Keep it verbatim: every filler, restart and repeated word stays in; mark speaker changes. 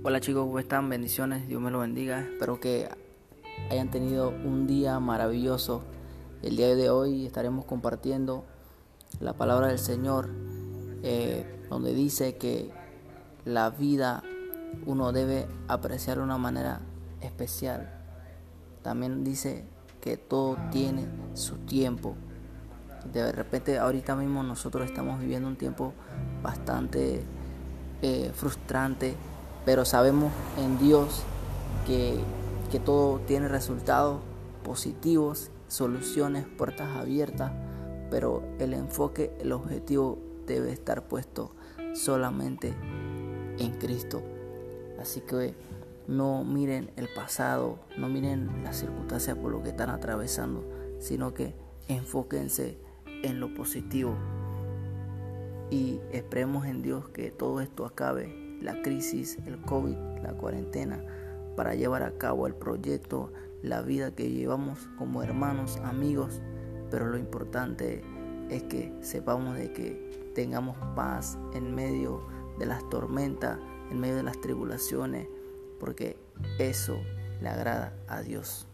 Speaker 1: Hola chicos, ¿cómo están? Bendiciones, Dios me los bendiga. Espero que hayan tenido un día maravilloso. El día de hoy estaremos compartiendo la palabra del Señor, eh, donde dice que la vida uno debe apreciar de una manera especial. También dice que todo tiene su tiempo. De repente ahorita mismo nosotros estamos viviendo un tiempo bastante eh, frustrante, pero sabemos en Dios que, que todo tiene resultados positivos, soluciones, puertas abiertas, pero el enfoque, el objetivo debe estar puesto solamente en Cristo. Así que no miren el pasado, no miren las circunstancias por lo que están atravesando, sino que enfóquense en lo positivo y esperemos en Dios que todo esto acabe, la crisis, el COVID, la cuarentena, para llevar a cabo el proyecto, la vida que llevamos como hermanos, amigos. Pero lo importante es que sepamos de que tengamos paz en medio de las tormentas, en medio de las tribulaciones, porque eso le agrada a Dios.